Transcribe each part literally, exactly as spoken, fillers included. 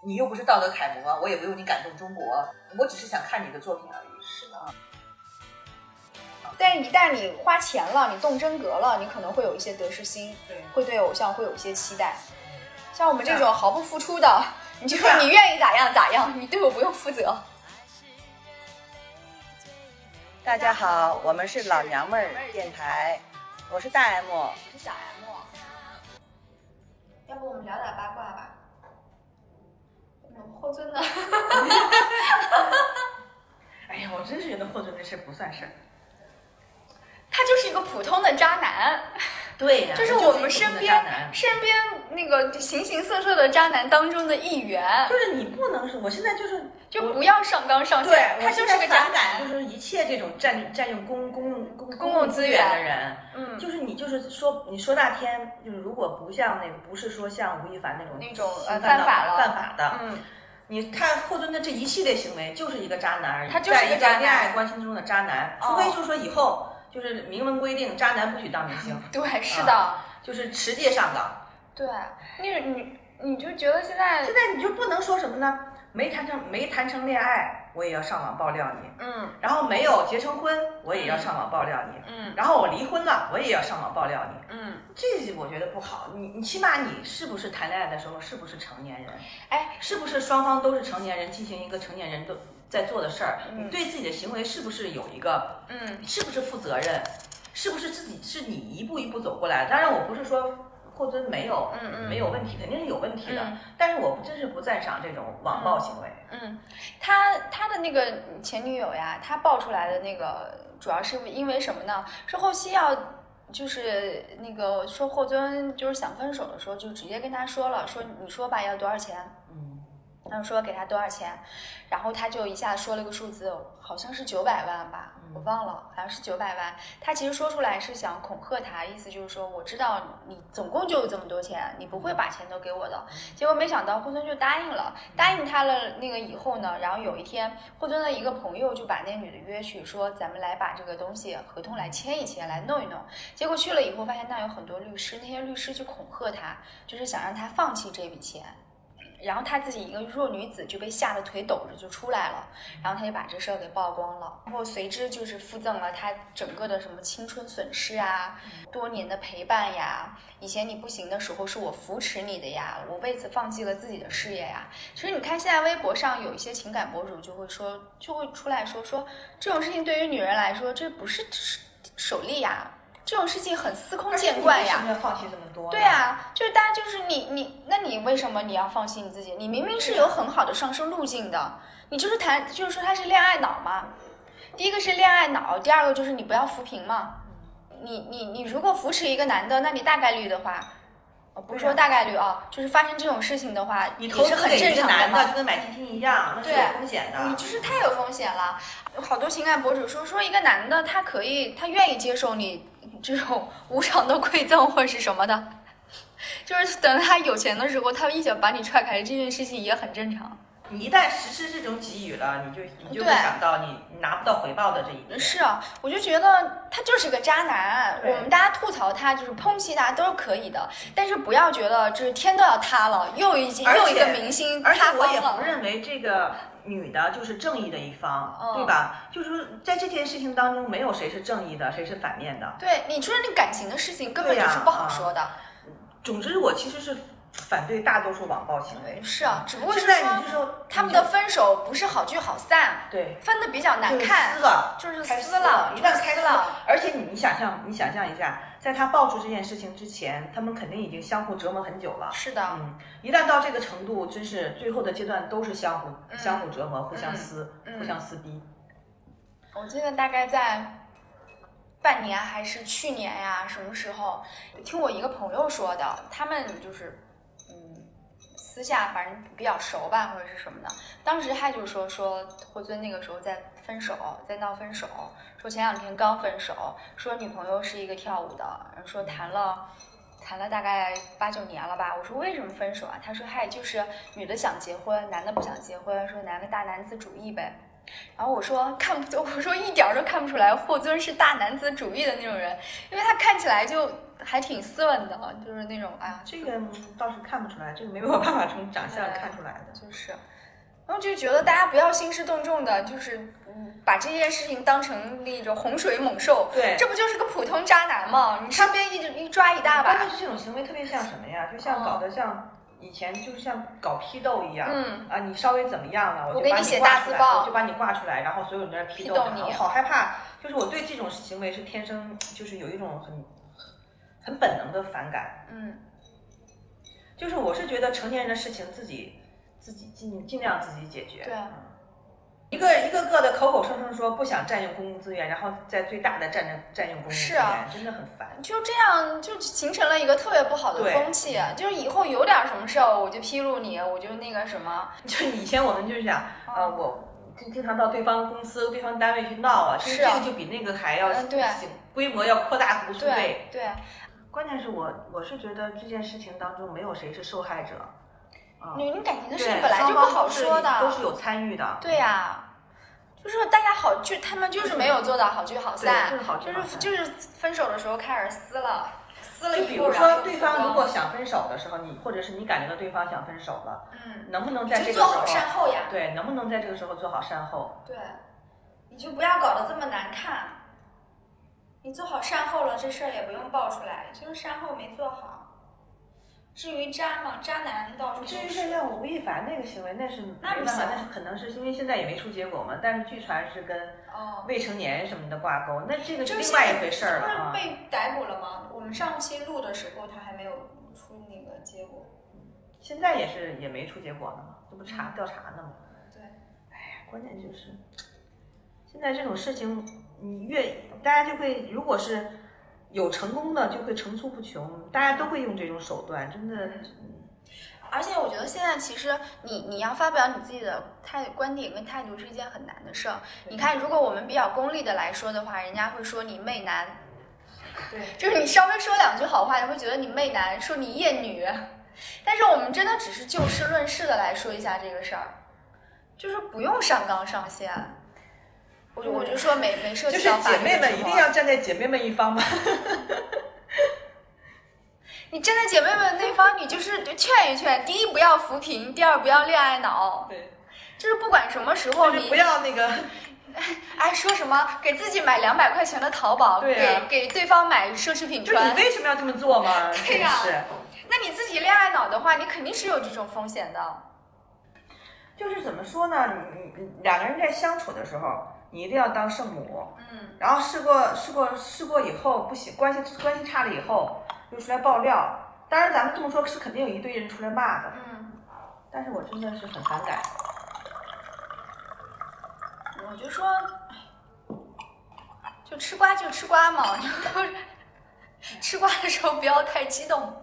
你又不是道德楷模，我也不用你感动中国，我只是想看你的作品而已。 是的。但是一旦你花钱了，你动真格了，你可能会有一些得失心， 对， 会对偶像会有一些期待。像我们这种毫不付出的，你就说你愿意咋样咋样，你对我不用负责。 大家好，我们是老娘们儿电台，我是大 M， 我是小 M。要不我们聊点八卦吧？嗯，霍尊呢？ 哎呀，我真是觉得霍尊这事不算事儿。 他就是一个普通的渣男。 对呀、啊， 就是我们身边身边那个形形色色的渣男当中的一员。 就是你不能说，我现在就是就不要上纲上线， 对， 他就是个渣男， 就是一切这种占占用公公用公公共资源的人， 嗯， 就是你就是说你说大天，就是如果不像那个不是说像吴亦凡那种那种呃犯法了犯法的， 嗯。 你看霍尊的这一系列行为就是一个渣男而已， 他就是一个恋爱关系中的渣男，除非就是说以后就是明文规定渣男不许当明星。 对，是的， 啊、就是持戒上岗。 对，你你你就觉得现在现在你就不能说什么呢？没谈成没谈成恋爱，我也要上网爆料你。 嗯。 然后没有结成婚，我也要上网爆料你。 嗯。 然后我离婚了，我也要上网爆料你。 嗯。 这我觉得不好。你你起码你是不是谈恋爱的时候是不是成年人？ 哎， 是不是双方都是成年人进行一个成年人都在做的事儿？ 嗯、 你对自己的行为是不是有一个嗯， 是不是负责任？是不是自己是你一步一步走过来的？当然，我不是说霍尊没有嗯嗯没有问题，肯定是有问题的。 嗯、 但是我真是不赞赏这种网暴行为。 嗯，他他的那个前女友呀，他爆出来的那个主要是因为什么呢？是后期要就是那个说霍尊就是想分手的时候，就直接跟他说了，说你说吧，要多少钱？ 嗯。 他说给他多少钱，然后他就一下说了个数字，好像是九百万吧，我忘了，好像是九百万。他其实说出来是想恐吓他，意思就是说我知道你总共就有这么多钱，你不会把钱都给我的。结果没想到霍尊就答应了，答应他了那个以后呢，然后有一天霍尊的一个朋友就把那女的约去，说咱们来把这个东西合同来签一签，来弄一弄。结果去了以后发现那有很多律师，那些律师就恐吓他，就是想让他放弃这笔钱。然后她自己一个弱女子就被吓得腿抖着就出来了，然后她就把这事儿给曝光了，然后随之就是附赠了她整个的什么青春损失啊，多年的陪伴呀，以前你不行的时候是我扶持你的呀，我为此放弃了自己的事业呀。其实你看现在微博上有一些情感博主就会说，就会出来说说这种事情对于女人来说这不是首例呀。这种事情很司空见惯呀， 为什么要放弃这么多？ 对啊，就是大家就是你你，那你为什么你要放弃你自己？你明明是有很好的上升路径的，你就是谈就是说他是恋爱脑嘛。第一个是恋爱脑，第二个就是你不要扶贫嘛。你你你如果扶持一个男的，那你大概率的话，不是说大概率啊，就是发生这种事情的话， 你投资给一个男的就跟买基金一样，那是有风险的。 你就是太有风险了。好多情感博主说说一个男的他可以他愿意接受你这种无偿的馈赠或者是什么的，就是等他有钱的时候，他一脚把你踹开，这件事情也很正常。 你一旦实施这种给予了，你就你就会想到你拿不到回报的这一点。 是啊，我就觉得他就是个渣男。我们大家吐槽他，就是抨击他都是可以的，但是不要觉得就是天都要塌了，又一又一个明星塌方了。 而且我也不认为这个女的就是正义的一方， 嗯、 对吧？就是说在这件事情当中，没有谁是正义的，谁是反面的。 对，你说你感情的事情根本就是不好说的。 啊、总之，我其实是反对大多数网暴行为。 是啊，只不过是说他们的分手不是好聚好散， 对， 分的比较难看， 就是撕了， 就是撕了， 一旦开撕了。而且你你想象，你想象一下，在他爆出这件事情之前，他们肯定已经相互折磨很久了。 是的， 嗯，一旦到这个程度，真是最后的阶段都是相互、 嗯、 相互折磨，互相撕、 嗯、 互相撕逼。 我记得大概在半年还是去年呀，什么时候听我一个朋友说的，他们就是嗯私下反正比较熟吧，或者是什么的。当时他就说说霍尊那个时候在分手，在闹分手，说前两天刚分手，说女朋友是一个跳舞的，说谈了谈了大概八九年了吧。我说为什么分手啊？他说嗨，就是女的想结婚，男的不想结婚，说男的大男子主义呗。然后我说看不，我说一点都看不出来霍尊是大男子主义的那种人，因为他看起来就还挺斯文的，就是那种哎呀， 这个倒是看不出来，这个没有办法从长相看出来的， 就是。然后就觉得大家不要兴师动众的，就是把这件事情当成那种洪水猛兽。 对， 这不就是个普通渣男吗？你身边一一抓一大把。 关键是这种行为特别像什么呀？就像搞得像以前就是像搞批斗一样。 嗯啊，你稍微怎么样了， 我就把你写大字报， 我就把你挂出来，然后所有人在批斗你。 我好害怕，就是我对这种行为是天生就是有一种很很本能的反感。 嗯， 就是我是觉得成年人的事情自己。自己尽尽量自己解决。 对， 一个一个个的口口声声说不想占用公共资源，然后在最大的占着占用公共资源， 啊、 真的很烦。 就这样就形成了一个特别不好的风气，就是以后有点什么事儿我就披露你，我就那个什么。 就以前我们就是讲，嗯、呃，我经经常到对方公司、对方单位去闹啊，其实这个就比那个还要、 嗯、对规模要扩大无数倍。对，对关键是我我是觉得这件事情当中没有谁是受害者。 女人感情的事情本来就不好说的， 都是有参与的。 对呀、啊，就是大家好，就他们就是没有做到好聚好散， 就是好聚好散，就是就是分手的时候开始撕了，撕了以后， 比如说对方如果想分手的时候，你或者是你感觉到对方想分手了， 嗯， 能不能在这个时候做好善后呀？ 对，能不能在这个时候做好善后？ 对，你就不要搞得这么难看，你做好善后了，这事儿也不用爆出来，就是善后没做好。至于渣嘛，渣男倒是。 至于像像吴亦凡那个行为，那是没办法，那是可能是因为现在也没出结果嘛。但是据传是跟未成年什么的挂钩，那这个是另外一回事儿了啊。 他被逮捕了吗？我们上期录的时候他还没有出那个结果。 现在也是也没出结果呢嘛，这不查、嗯、调查呢嘛。 对。 哎呀，关键就是现在这种事情，你越大家就会，如果是。有成功的就会层出不穷，大家都会用这种手段，真的。 嗯、而且我觉得现在其实你你要发表你自己的态观点跟态度是一件很难的事儿。你看，如果我们比较功利的来说的话，人家会说你媚男， 对， 就是你稍微说两句好话，你会觉得你媚男，说你厌女。但是我们真的只是就事论事的来说一下这个事儿，就是不用上纲上线。我就我就说没没涉及到法律， 就是姐妹们一定要站在姐妹们一方吗？ 你站在姐妹们那方，你就是劝一劝。第一，不要扶贫；第二，不要恋爱脑。 对， 就是不管什么时候你、 就是、不要那个， 哎，说什么给自己买两百块钱的淘宝， 对啊、 给给对方买奢侈品穿， 你为什么要这么做嘛？ 对呀、 啊， 那你自己恋爱脑的话，你肯定是有这种风险的。 就是怎么说呢？你你两个人在相处的时候。你一定要当圣母， 嗯， 然后试过试过试过以后不行，关系关系差了以后又出来爆料。当然咱们这么说是肯定有一堆人出来骂的， 嗯， 但是我真的是很反感。 我就说，就吃瓜就吃瓜嘛，吃瓜的时候不要太激动。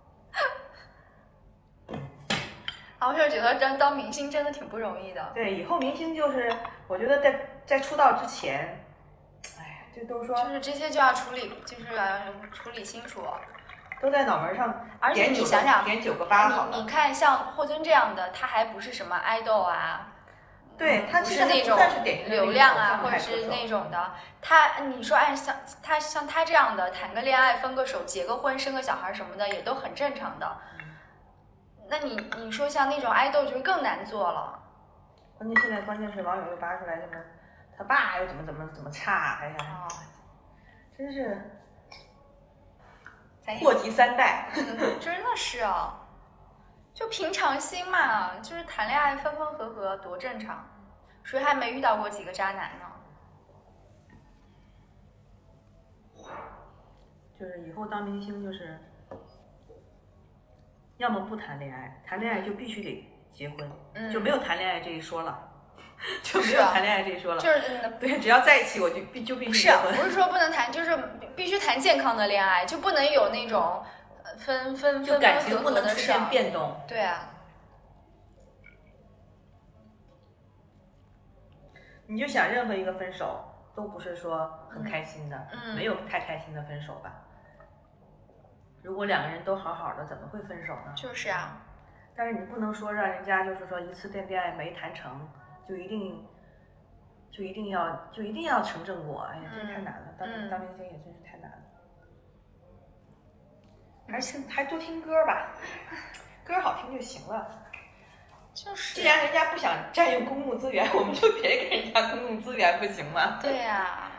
啊，我就觉得当当明星真的挺不容易的。 对，以后明星就是，我觉得在在出道之前，哎，这都说就是这些就要处理，就是要处理清楚， 都在脑门上。 而且你想想， 点九个八好了。 你你看，像霍尊这样的，他还不是什么爱豆啊， 对他不是那种流量啊，或者是那种的。他你说按像他像他这样的，谈个恋爱、分个手、结个婚、生个小孩什么的，也都很正常的。那你你说像那种爱豆就更难做了。 关键现在关键是网友又扒出来什么，他爸又怎么怎么怎么差，哎呀， 哦、 真是祸及三代。 嗯、真的是哦，就平常心嘛，就是谈恋爱分分合合多正常，谁还没遇到过几个渣男呢？ 就是以后当明星就是。要么不谈恋爱，谈恋爱就必须得结婚， 嗯、 就没有谈恋爱这一说了，就没有谈恋爱这一说了。 就是对，只要在一起我就必就必须结婚。 是，不是说不能谈，就是必须谈健康的恋爱，就不能有那种分分分分合合的事。变动。 对啊。 你就想任何一个分手都不是说很开心的， 嗯、 没有太开心的分手吧。如果两个人都好好的，怎么会分手呢？ 就是啊， 但是你不能说让人家就是说一次恋恋爱没谈成，就一定就一定要就一定要成正果。哎呀，真太难了，当、嗯、当明星也真是太难了。 还是还多听歌吧，歌好听就行了。 就是， 既然人家不想占用公共资源，我们就别给人家公共资源，不行吗？ 对呀、啊，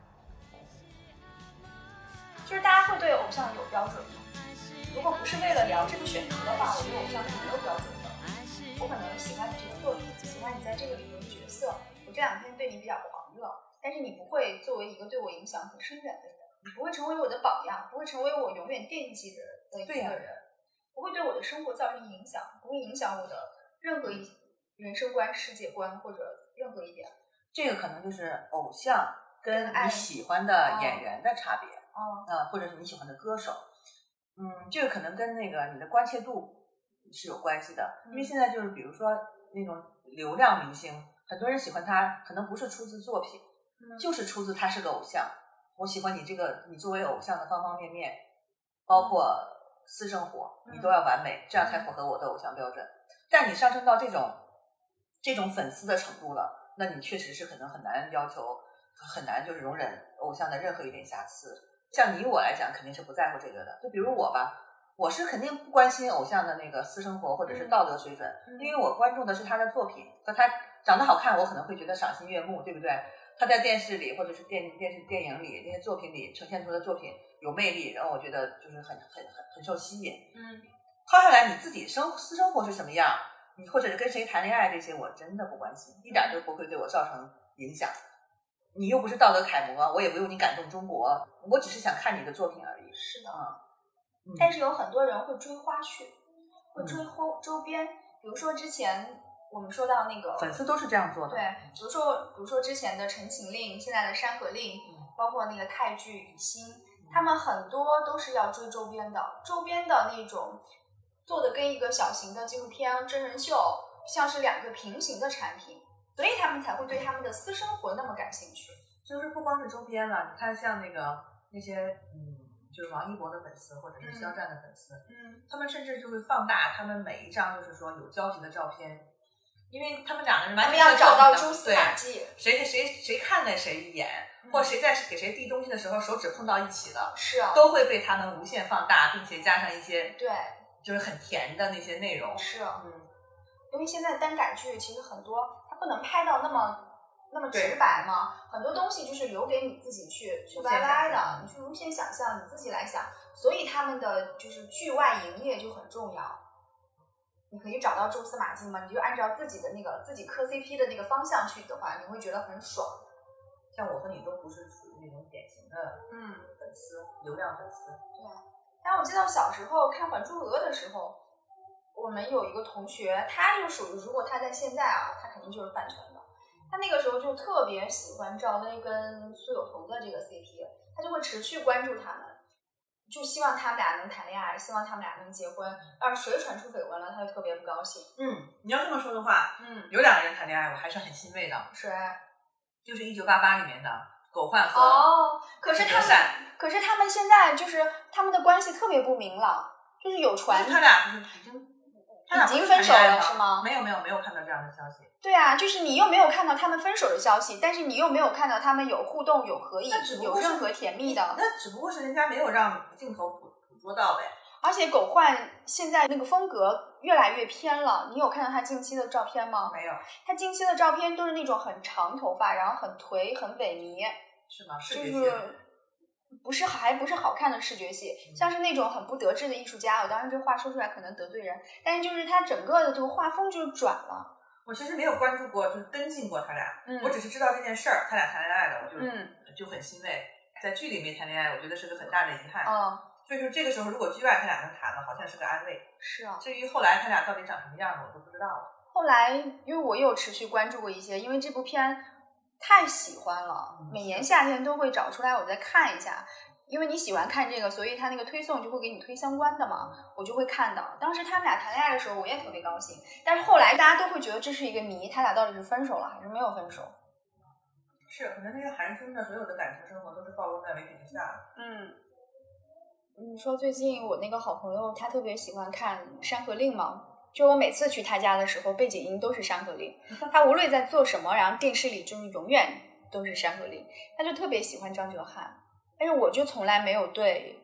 就是大家会对偶像有标准吗？如果不是为了聊这个选题的话，我对偶像是没有标准的。我可能喜欢你这个作品，喜欢你在这个里面的角色，我这两天对你比较狂热，但是你不会作为一个对我影响很深远的人，你不会成为我的榜样，不会成为我永远惦记着的一个人，不会对我的生活造成影响，不会影响我的任何一人生观、世界观或者任何一点。 这个可能就是偶像跟你喜欢的演员的差别， 哦， 呃，或者是你喜欢的歌手。嗯，这个可能跟那个你的关切度是有关系的，因为现在就是比如说那种流量明星，很多人喜欢他，可能不是出自作品， 嗯、 就是出自他是个偶像。我喜欢你这个，你作为偶像的方方面面，包括私生活，你都要完美，这样才符合我的偶像标准。但你上升到这种这种粉丝的程度了，那你确实是可能很难要求，很难就是容忍偶像的任何一点瑕疵。像你我来讲肯定是不在乎这个的，就比如我吧，我是肯定不关心偶像的那个私生活或者是道德水准， 嗯、 因为我关注的是他的作品和他长得好看，我可能会觉得赏心悦目，对不对？他在电视里或者是电电视电影里那些作品里呈现出的作品有魅力，然后我觉得就是很很很很受吸引。 嗯， 抛下来你自己生私生活是什么样，你或者是跟谁谈恋爱，这些我真的不关心，一点都不会对我造成影响。你又不是道德楷模，我也不用你感动中国，我只是想看你的作品而已。 是的， 嗯， 但是有很多人会追花絮，会追后周边，比如说之前我们说到那个粉丝都是这样做的。 对，比如说比如说之前的《陈情令》，现在的《山河令》，包括那个泰剧《李欣》，他们很多都是要追周边的，周边的那种做的跟一个小型的纪录片、真人秀像是两个平行的产品，所以他们才会对他们的私生活那么感兴趣。 就是不光是周边了，你看像那个那些嗯，就是王一博的粉丝或者是肖战的粉丝， 嗯， 他们甚至就会放大他们每一张就是说有交集的照片，因为他们两个人完全要找到蛛丝马迹， 谁谁谁看了谁一眼，嗯、或谁在给谁递东西的时候手指碰到一起了， 是啊， 都会被他们无限放大，并且加上一些对， 就是很甜的那些内容。 是啊，嗯，因为现在单改剧其实很多，它不能拍到那么。那么直白吗？很多东西就是留给你自己去去歪歪的，你去无限想象，你自己来想。所以他们的就是剧外营业就很重要。你可以找到蛛丝马迹嘛，你就按照自己的那个自己磕 C P 的那个方向去的话，你会觉得很爽。 像我和你都不是属于那种典型的嗯粉丝，流量粉丝。 对。但我记得小时候看《还珠格格》的时候，我们有一个同学，他就属于如果他在现在啊，他肯定就是饭圈的。他那个时候就特别喜欢赵薇跟苏有朋的这个 C P， 他就会持续关注他们，就希望他们俩能谈恋爱，希望他们俩能结婚。要是谁传出绯闻了，他就特别不高兴。 嗯，你要这么说的话， 嗯， 有两个人谈恋爱，我还是很欣慰的。 谁？ 就是一九八八里面的狗焕和哦，可是他们，可是他们现在就是他们的关系特别不明朗，就是有传他俩不是已经已经分手了是吗？ 没有没有没有看到这样的消息。 对啊，就是你又没有看到他们分手的消息，但是你又没有看到他们有互动、有合影、有任何甜蜜的。 那只不过是人家没有让镜头捕捕捉到呗。 而且狗焕现在那个风格越来越偏了，你有看到他近期的照片吗？ 没有。 他近期的照片都是那种很长头发，然后很颓、很萎靡。 是吗？视觉系。 就是不是还不是好看的视觉系，嗯、像是那种很不得志的艺术家。我当然这话说出来可能得罪人，但是就是他整个的这个画风就转了。 我其实没有关注过，就是跟进过他俩， 嗯、 我只是知道这件事儿，他俩谈恋爱了，我就、 嗯、 就很欣慰。在剧里没谈恋爱，我觉得是个很大的遗憾。 嗯， 所以说这个时候如果剧外他俩能谈了，好像是个安慰。 是啊。 至于后来他俩到底长什么样，我都不知道了。 后来因为我有持续关注过一些，因为这部片太喜欢了， 嗯、 每年夏天都会找出来我再看一下。因为你喜欢看这个，所以他那个推送就会给你推相关的嘛，我就会看到。当时他们俩谈恋爱的时候，我也特别高兴。但是后来大家都会觉得这是一个谜，他俩到底是分手了还是没有分手？ 是，可能那些韩星的所有的感情生活都是暴露在媒体之下的。 嗯，你说最近我那个好朋友他特别喜欢看《山河令》嘛，就我每次去他家的时候，背景音都是《山河令》，他无论在做什么，然后电视里就是永远都是《山河令》，他就特别喜欢张哲瀚。但是我就从来没有对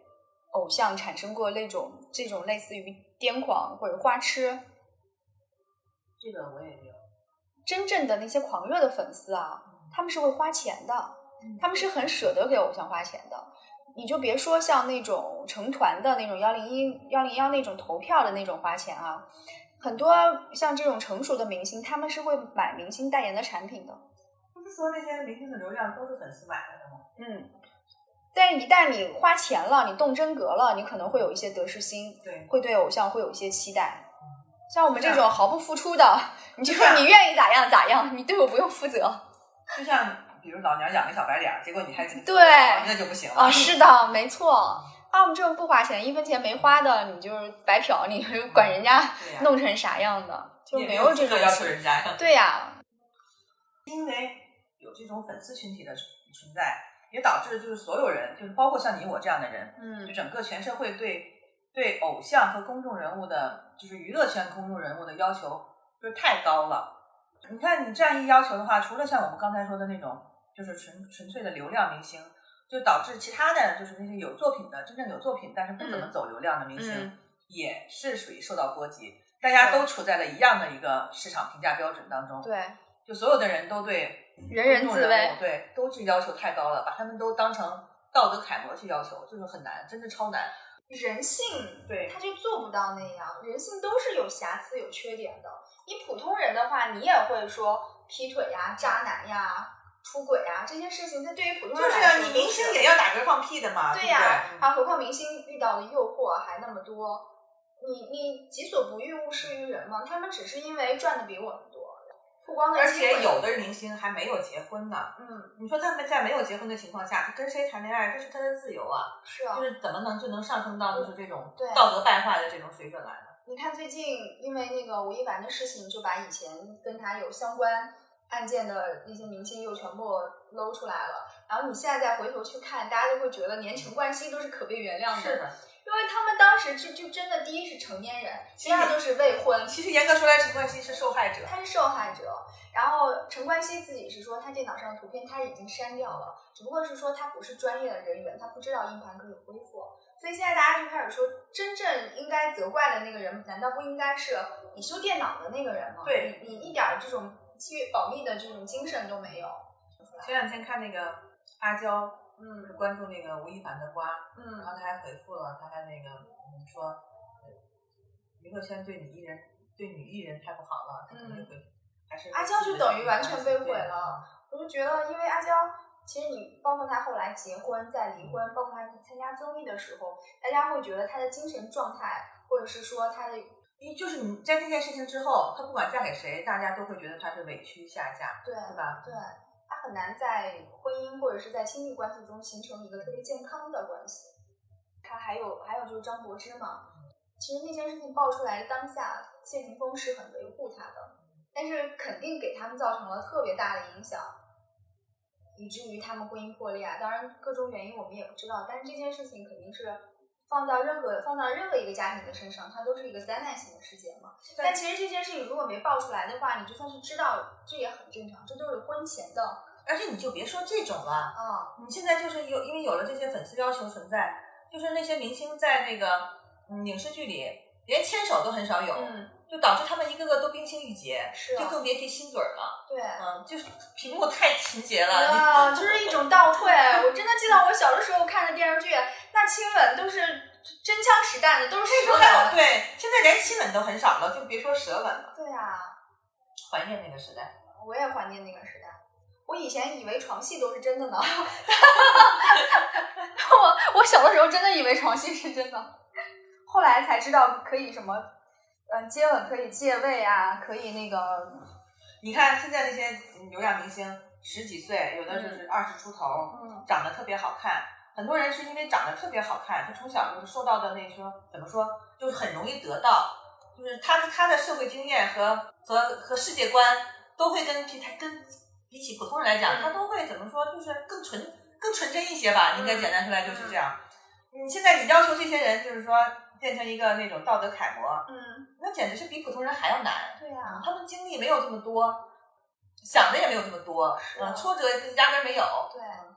偶像产生过那种这种类似于癫狂或者花痴？ 这个我也有。 真正的那些狂热的粉丝啊，他们是会花钱的，他们是很舍得给偶像花钱的。你就别说像那种成团的那种幺零一、幺零幺那种投票的那种花钱啊，很多像这种成熟的明星，他们是会买明星代言的产品的。 不是说那些明星的流量都是粉丝买来的吗？ 嗯，但一旦你花钱了，你动真格了，你可能会有一些得失心， 对， 会对偶像会有一些期待。像我们这种毫不付出的，你就你愿意咋样咋样，你对我不用负责。 就像比如老娘养个小白脸，结果你还对， 那就不行了啊，是的，没错。啊，我们这种不花钱，一分钱没花的，你就是白嫖，你管人家弄成啥样的， 啊、 就没有这种要求人家呀。 对呀， 因为有这种粉丝群体的存在，也导致就是所有人，就是包括像你我这样的人， 嗯， 就整个全社会对对偶像和公众人物的，就是娱乐圈公众人物的要求就是太高了。你看你这样一要求的话，除了像我们刚才说的那种，就是纯纯粹的流量明星，就导致其他的就是那些有作品的，真正有作品但是不怎么走流量的明星， 嗯、 也是属于受到波及。大家都处在了一样的一个市场评价标准当中， 对， 就所有的人都对人人自危， 对，都去要求太高了，把他们都当成道德楷模去要求，就是很难，真的超难。 人性对， 他就做不到那样，人性都是有瑕疵、有缺点的。你普通人的话，你也会说劈腿呀、渣男呀、出轨呀这些事情，这对于普通人来说， 就是你明星也要打嗝放屁的嘛， 对呀， 对啊，何况明星遇到的诱惑还那么多，你你己所不欲，勿施于人嘛。他们只是因为赚的比我们多。 而且有的明星还没有结婚呢， 嗯， 你说他们在没有结婚的情况下，他跟谁谈恋爱，这是他的自由啊， 是啊， 就是怎么能就能上升到就是这种对道德败坏的这种水准来呢？ 你看最近因为那个吴亦凡的事情，就把以前跟他有相关案件的那些明星又全部搂出来了，然后你现在再回头去看，大家都会觉得连陈冠希都是可被原谅的， 是的。 因为他们当时就就真的第一是成年人，其他都是未婚。 其实严格说来，陈冠希是受害者， 他是受害者。然后陈冠希自己是说，他电脑上的图片他已经删掉了，只不过是说他不是专业的人员，他不知道硬盘可以恢复。所以现在大家就开始说，真正应该责怪的那个人，难道不应该是你修电脑的那个人吗？ 对， 你你一点这种基于保密的这种精神都没有。 前两天看那个阿娇。 嗯， 关注那个吴亦凡的瓜， 嗯， 然后他还回复了，他还那个嗯说，娱乐圈对女艺人对女艺人太不好了，他肯定会、嗯、还是阿娇就等于完全被毁了。我就觉得，因为阿娇，其实你包括她后来结婚再离婚，包括她参加综艺的时候，大家会觉得她的精神状态，或者是说她的， 就是你在这件事情之后，她不管嫁给谁，大家都会觉得她是委屈下嫁， 对， 对吧？ 对。他很难在婚姻或者是在亲密关系中形成一个特别健康的关系。他还有还有就是张柏芝嘛，其实那件事情爆出来的当下，谢霆锋是很维护他的，但是肯定给他们造成了特别大的影响，以至于他们婚姻破裂啊。当然各种原因我们也不知道，但是这件事情肯定是放到任何放到任何一个家庭的身上，它都是一个灾难性的事件嘛。但其实这件事情如果没爆出来的话，你就算是知道，这也很正常，这都是婚前的。 而且你就别说这种了， 啊、 嗯，你现在就是有因为有了这些粉丝要求存在，就是那些明星在那个嗯影视剧里连牵手都很少有， 嗯， 就导致他们一个个都冰清玉洁， 是、啊， 就更别提亲嘴了。 对， 嗯，就是屏幕太情节了， 啊，就是一种倒退。我真的记得我小的时候看的电视剧，那亲吻都是真枪实弹的，都是舌吻。 对，现在连亲吻都很少了，就别说舌吻了。 对啊， 怀念那个时代。 我也怀念那个时代。我以前以为床戏都是真的呢，我我小的时候真的以为床戏是真的，后来才知道可以什么，嗯，接吻可以借位啊，可以那个。 你看现在那些流量明星，十几岁，有的就是二十出头， 嗯，长得特别好看。很多人是因为长得特别好看，他从小就是受到的那说怎么说，就是很容易得到，就是他他的社会经验和和和世界观都会跟他跟。比起普通人来讲，他都会怎么说，就是更纯更纯真一些吧，应该简单出来就是这样。你、嗯、现在你要求这些人就是说变成一个那种道德楷模， 嗯， 那简直是比普通人还要难。 对呀、啊， 他们经历没有这么多，想的也没有这么多，嗯，挫折压根没有。 对，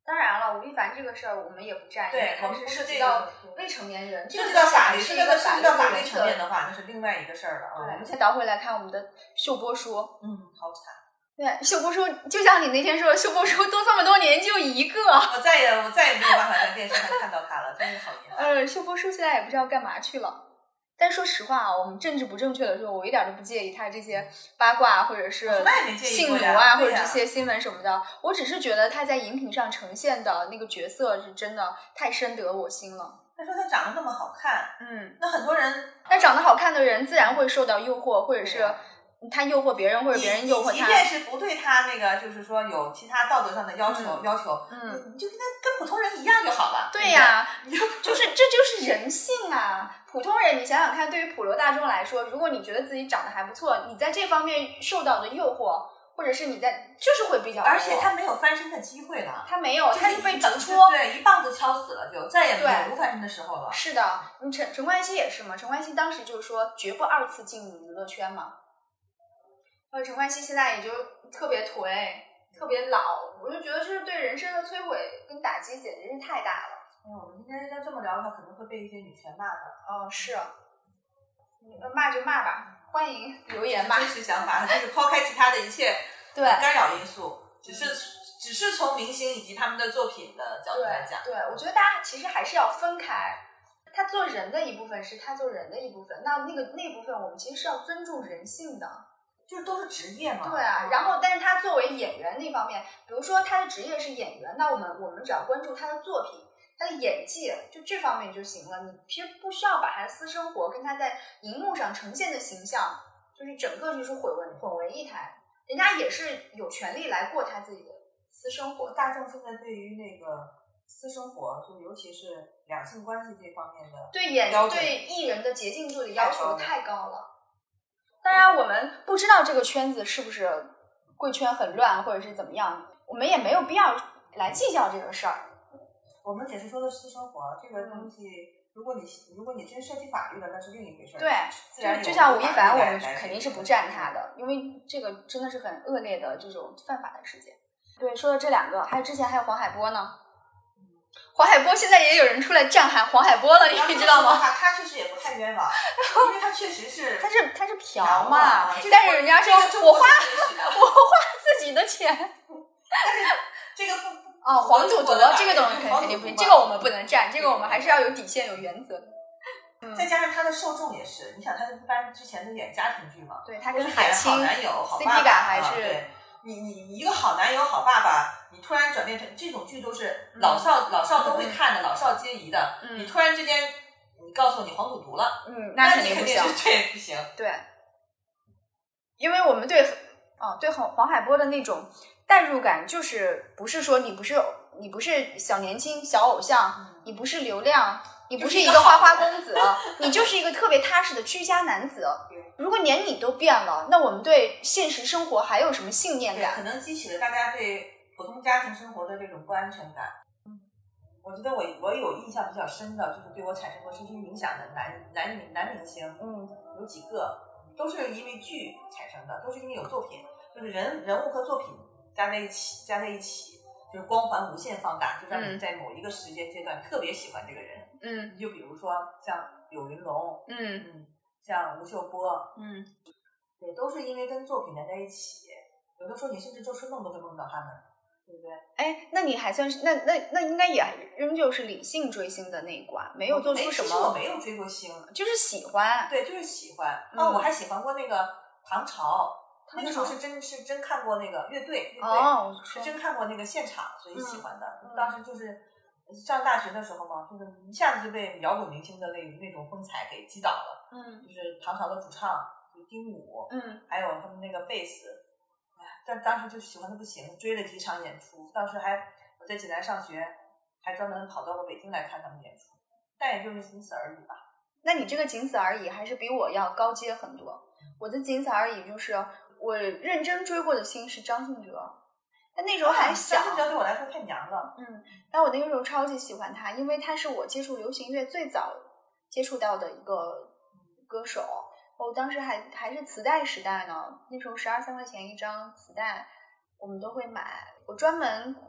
当然了，吴亦凡这个事儿我们也不站，因为它是涉及到未成年人， 涉及到法律， 是这个涉及到法律层层面的话，那是另外一个事儿了啊。 对，我们再倒回来看我们的秀波叔， 嗯，好惨。 对，秀波叔就像你那天说的，秀波叔都这么多年就一个， 我再也我再也没有办法在电视上看到他了，真是好遗憾。 呃，秀波叔现在也不知道干嘛去了。但说实话啊，我们政治不正确的时候，我一点都不介意他这些八卦或者是性奴啊，或者这些新闻什么的。我只是觉得他在荧屏上呈现的那个角色是真的太深得我心了。 他说他长得那么好看， 嗯， 那很多人， 那长得好看的人自然会受到诱惑，或者是他诱惑别人，或者别人诱惑他。 即便是不对他那个，就是说有其他道德上的要求、 嗯、 要求， 嗯， 你就跟他跟普通人一样就好了。 对呀、啊，就是这就是人性啊。普通人，你想想看，对于普罗大众来说，如果你觉得自己长得还不错，你在这方面受到的诱惑，或者是你在就是会比较多， 而且他没有翻身的机会了， 他没有，他是被直戳， 对，一棒子敲死了就，再也没有翻身的时候了。 是的，你陈陈冠希也是嘛，陈冠希当时就是说绝不二次进入娱乐圈嘛，而陈冠希现在也就特别颓，特别老，我就觉得这是对人生的摧毁跟打击简直是太大了。 哎，我们今天要这么聊的话，可能会被一些女权骂的。 哦，是，骂就骂吧，欢迎留言骂。 真实想法就是抛开其他的一切对干扰因素，只是只是从明星以及他们的作品的角度来讲。 对，对我觉得大家其实还是要分开。他做人的一部分是他做人的一部分，那那个那部分我们其实是要尊重人性的。 就是都是职业嘛。 对啊，然后但是他作为演员那方面，比如说他的职业是演员，那我们我们只要关注他的作品。他的演技就这方面就行了，你其实不需要把他的私生活跟他在荧幕上呈现的形象，就是整个就是混为混为一谈。人家也是有权利来过他自己的私生活。 大众现在对于那个私生活，就尤其是两性关系这方面的对演对艺人的洁净度的要求太高了。当然，我们不知道这个圈子是不是贵圈很乱，或者是怎么样，我们也没有必要来计较这个事儿。 我们只是说的私生活这个东西，嗯、如果你如果你真涉及法律了，那是另一回事。 对， 自然就像吴亦凡，我们肯定是不站他的，因为这个真的是很恶劣的这种犯法的事件。对，说的这两个，还有之前还有黄海波呢。黄海波现在也有人出来站喊黄海波了，你知道吗？ 他确实也不太冤枉，因为他确实是他是他是嫖嘛， 嘛但是人家说我花我花自己的钱， 但是这个不。 哦，黄赌毒这个东西肯定不行，这个我们不能站，这个我们还是要有底线、有原则。 嗯、再加上他的受众也是，你想他一般之前都演家庭剧嘛， 对他跟海清好男友、好爸爸 C P 感还是、 啊、对你你一个好男友、好爸爸，你突然转变成这种剧都是老少、嗯、老少都会看的，嗯、老少皆宜的， 嗯、 你突然之间你告诉我你黄赌毒了， 嗯， 那肯定不行， 对不行， 对，因为我们对哦对黄黄海波的那种代入感，就是不是说你不是。你不是小年轻小偶像，嗯、你不是流量，你不是一个花花公子，你就是一个特别踏实的居家男子。如果连你都变了，那我们对现实生活还有什么信念感？ 可能激起了大家对普通家庭生活的这种不安全感。嗯，我觉得我我有印象比较深的，就是对我产生过深深影响的男男女男明星，嗯，有几个都是因为剧产生的，都是因为有作品，就是人人物和作品加在一起，加在一起。就是光环无限放大，就让你在某一个时间阶段特别喜欢这个人。嗯，就比如说像柳云龙，嗯嗯，像吴秀波，嗯，对，都是因为跟作品连在一起。有的时候你甚至做春梦都会梦到他们，对不对？ 哎，那你还算是那那那应该也仍旧是理性追星的那一关，没有做出什么。 其实我没有追过星， 就是喜欢。 对，就是喜欢。嗯、哦，我还喜欢过那个唐朝。那个时候是真是真看过那个乐队，乐队、哦、是真看过那个现场，所以喜欢的。嗯、当时就是上大学的时候嘛，就是一下子就被摇滚明星的那那种风采给击倒了。嗯，就是唐朝的主唱就丁武，嗯，还有他们那个贝斯，哎，但当时就喜欢的不行，追了几场演出。当时还我在济南上学，还专门跑到过北京来看他们演出，但也就是仅此而已吧。 那你这个仅此而已，还是比我要高阶很多。我的仅此而已就是。我认真追过的星是张信哲，但那时候还小。 张信哲对我来说太娘了。 嗯，但我那个时候超级喜欢他，因为他是我接触流行乐最早接触到的一个歌手。我当时还还是磁带时代呢，那时候十二三块钱一张磁带，我们都会买。我专门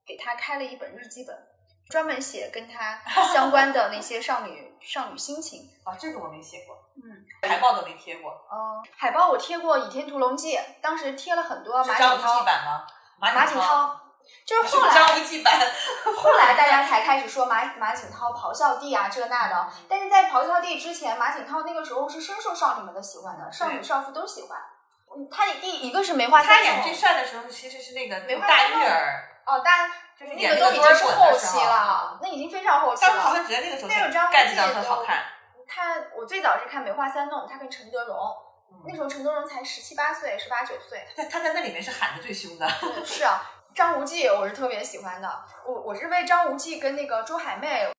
给他开了一本日记本，专门写跟他相关的那些少女少女心情。 啊，这个我没写过， 嗯， 海报都没贴过。 哦、呃，海报我贴过《倚天屠龙记》，当时贴了很多马景张无涛忌版吗？马马景涛。就是后来张无忌版， 后来大家才开始说马马景涛咆哮帝啊这那的，但是在咆哮帝之前，马景涛那个时候是深受少女们的喜欢的，少女少妇都喜欢。他第一个是梅花三弄， 他演最帅的时候其实是那个梅花大玉儿， 哦，大就是那个都已经是后期了，那已经非常后期了。 但是好像只在那个时候那个张无忌盖子上很好看。 他我最早是看梅花三弄，他跟陈德容。嗯、那时候陈德容才十七八岁，十八九岁。 他他在那里面是喊的最凶的。 是啊，张无忌我是特别喜欢的，我我是为张无忌跟那个周海媚